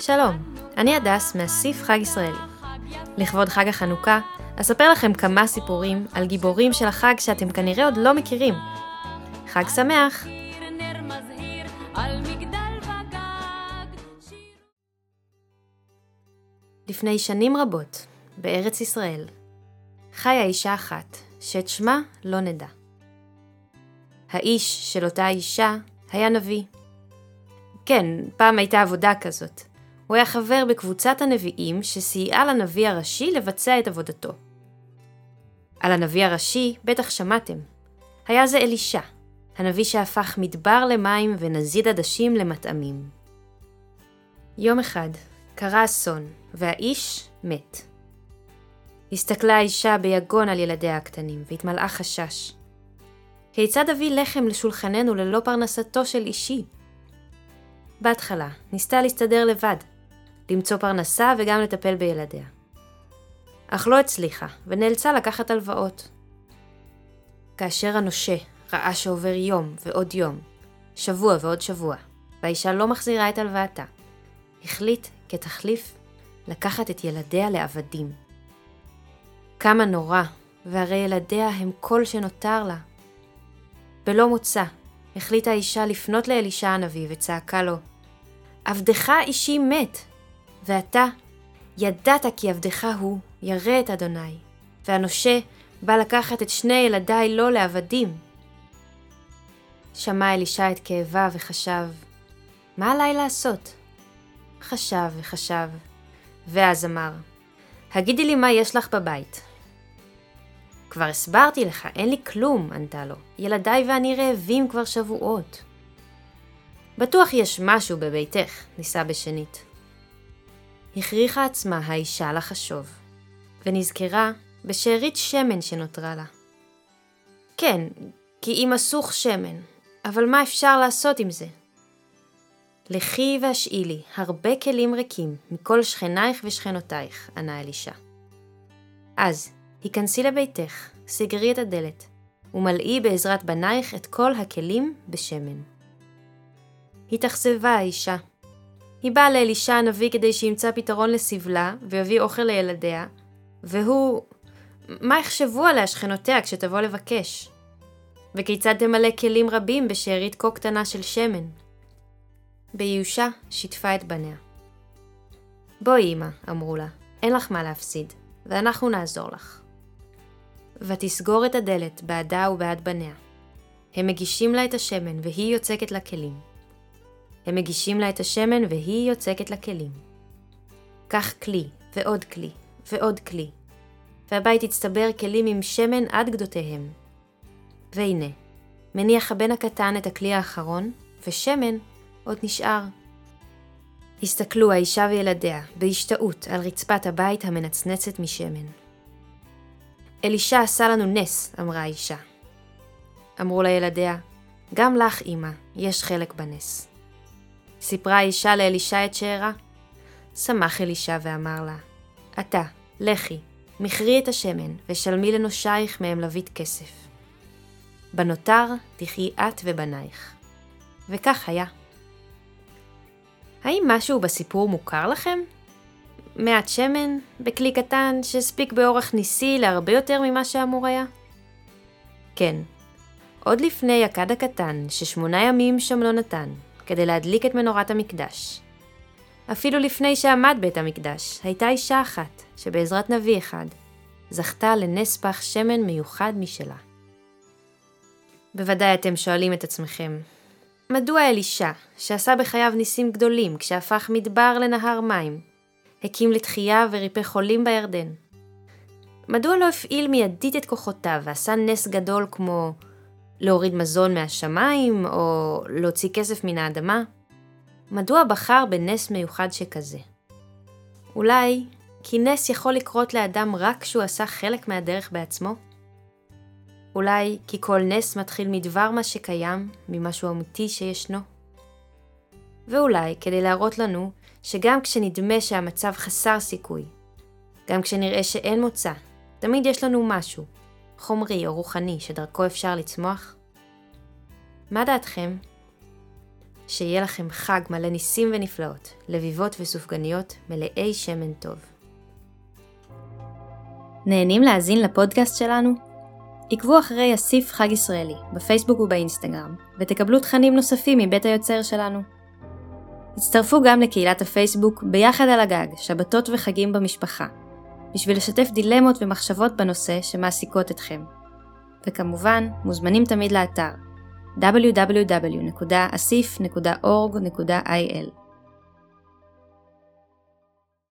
שלום, אני הדס מהסיף חג ישראלי. לכבוד חג החנוכה, אספר לכם כמה סיפורים על גיבורים של החג שאתם כנראה עוד לא מכירים. חג שמח! לפני שנים רבות, בארץ ישראל, חיה אישה אחת שאת שמה לא נדע. האיש של אותה אישה היה נביא. כן, פעם הייתה עבודה כזאת. הוא היה חבר בקבוצת הנביאים שסייעה לנביא הראשי לבצע את עבודתו. על הנביא הראשי בטח שמעתם. היה זה אלישע, הנביא שהפך מדבר למים ונזיד עדשים למטעמים. יום אחד קרה אסון, והאיש מת. הסתכלה האישה ביגון על ילדיה הקטנים, והתמלאה חשש. כיצד אביא לחם לשולחננו ללא פרנסתו של אישי? בהתחלה ניסתה להסתדר לבד, למצוא פרנסה וגם לטפל בילדיה. אך לא הצליחה, ונאלצה לקחת הלוואות. כאשר הנושה ראה שעובר יום ועוד יום, שבוע ועוד שבוע, והאישה לא מחזירה את הלוואתה, החליט כתחליף לקחת את ילדיה לעבדים. כמה נורא, והרי ילדיה הם כל שנותר לה. בלא מוצא, החליטה האישה לפנות לאלישע הנביא וצעקה לו, עבדך אישי מת, ואתה ידעת כי עבדך הוא ירא את אדוני, והנושה בא לקחת את שני ילדיי לא לעבדים. שמע אלישע את כאבה וחשב, מה עליי לעשות? חשב וחשב, ואז אמר, הגידי לי מה יש לך בבית. כבר הסברתי לך, אין לי כלום, ענתה לו. ילדיי ואני רעבים כבר שבועות. בטוח יש משהו בביתך, ניסה בשנית. הכריחה עצמה האישה לחשוב, ונזכרה בשארית שמן שנותרה לה. כן, כי היא מסוך שמן, אבל מה אפשר לעשות עם זה? לכי והשאילי הרבה כלים ריקים מכל שכנייך ושכנותייך, ענה אלישע. אז, היכנסי לביתך, סגרי את הדלת, ומלאי בעזרת בנייך את כל הכלים בשמן. התאכזבה האישה. היא באה לאלישע הנביא כדי שימצא פתרון לסבלה ויביא אוכל לילדיה, והוא... מה יחשבו עליה שכנותיה כשתבוא לבקש? וכיצד תמלא כלים רבים בשארית כה קטנה של שמן? בייאושה שיתפה את בניה. בואי אמא, אמרו לה, אין לך מה להפסיד, ואנחנו נעזור לך. ותסגור את הדלת בעדה ובעד בניה. הם מגישים לה את השמן והיא יוצקת לכלים. הם מגישים לה את השמן והיא יוצקת לכלים. כך כלי ועוד כלי ועוד כלי. והבית הצטבר כלים עם שמן עד גדותיהם. והנה, מניח הבן הקטן את הכלי האחרון, ושמן עוד נשאר. הסתכלו האישה וילדיה בהשתאות על רצפת הבית המנצנצת משמן. אלישע עשה לנו נס, אמרה האישה. אמרו לילדיה, גם לך אמא, יש חלק בנס. סיפרה האישה לאלישע את שאירה. שמח אלישע ואמר לה, אתה, לכי, מכרי את השמן ושלמי לנושייך מהם לביט כסף. בנותר תחי את ובנייך. וכך היה. האם משהו בסיפור מוכר לכם? מעט שמן, בכלי קטן שהספיק באורח ניסי להרבה יותר ממה שאמור היה? כן, עוד לפני הכד הקטן ש8 ימים שם לא נתן, כדי להדליק את מנורת המקדש. אפילו לפני שעמד בית המקדש, הייתה אישה אחת שבעזרת נביא אחד, זכתה לנס פח שמן מיוחד משלה. בוודאי אתם שואלים את עצמכם, מדוע אלישע, שעשה בחייו ניסים גדולים כשהפך מדבר לנהר מים, הקים לתחייה וריפא חולים בירדן? מדוע לא הפעיל מיידית את כוחותיו ועשה נס גדול כמו להוריד מזון מהשמיים או להוציא כסף מן האדמה? מדוע בחר בנס מיוחד שכזה? אולי כי נס יכול לקרות לאדם רק כשהוא עשה חלק מהדרך בעצמו? אולי כי כל נס מתחיל מדבר מה שקיים, ממשהו אמיתי שישנו? ואולי כדי להראות לנו שגם כשנדמה שהמצב חסר סיכוי, גם כשנראה שאין מוצא, תמיד יש לנו משהו, חומרי או רוחני, שדרכו אפשר לצמוח? מה דעתכם? שיהיה לכם חג מלא ניסים ונפלאות, לביבות וסופגניות מלאי שמן טוב. נהנים להאזין לפודקאסט שלנו? עקבו אחרי אסיף חג ישראלי בפייסבוק ובאינסטגרם, ותקבלו תכנים נוספים מבית היוצר שלנו. הצטרפו גם לקהילת הפייסבוק ביחד על הגג, שבתות וחגים במשפחה, בשביל לשתף דילמות ומחשבות בנושא שמעסיקות אתכם. וכמובן, מוזמנים תמיד לאתר www.asif.org.il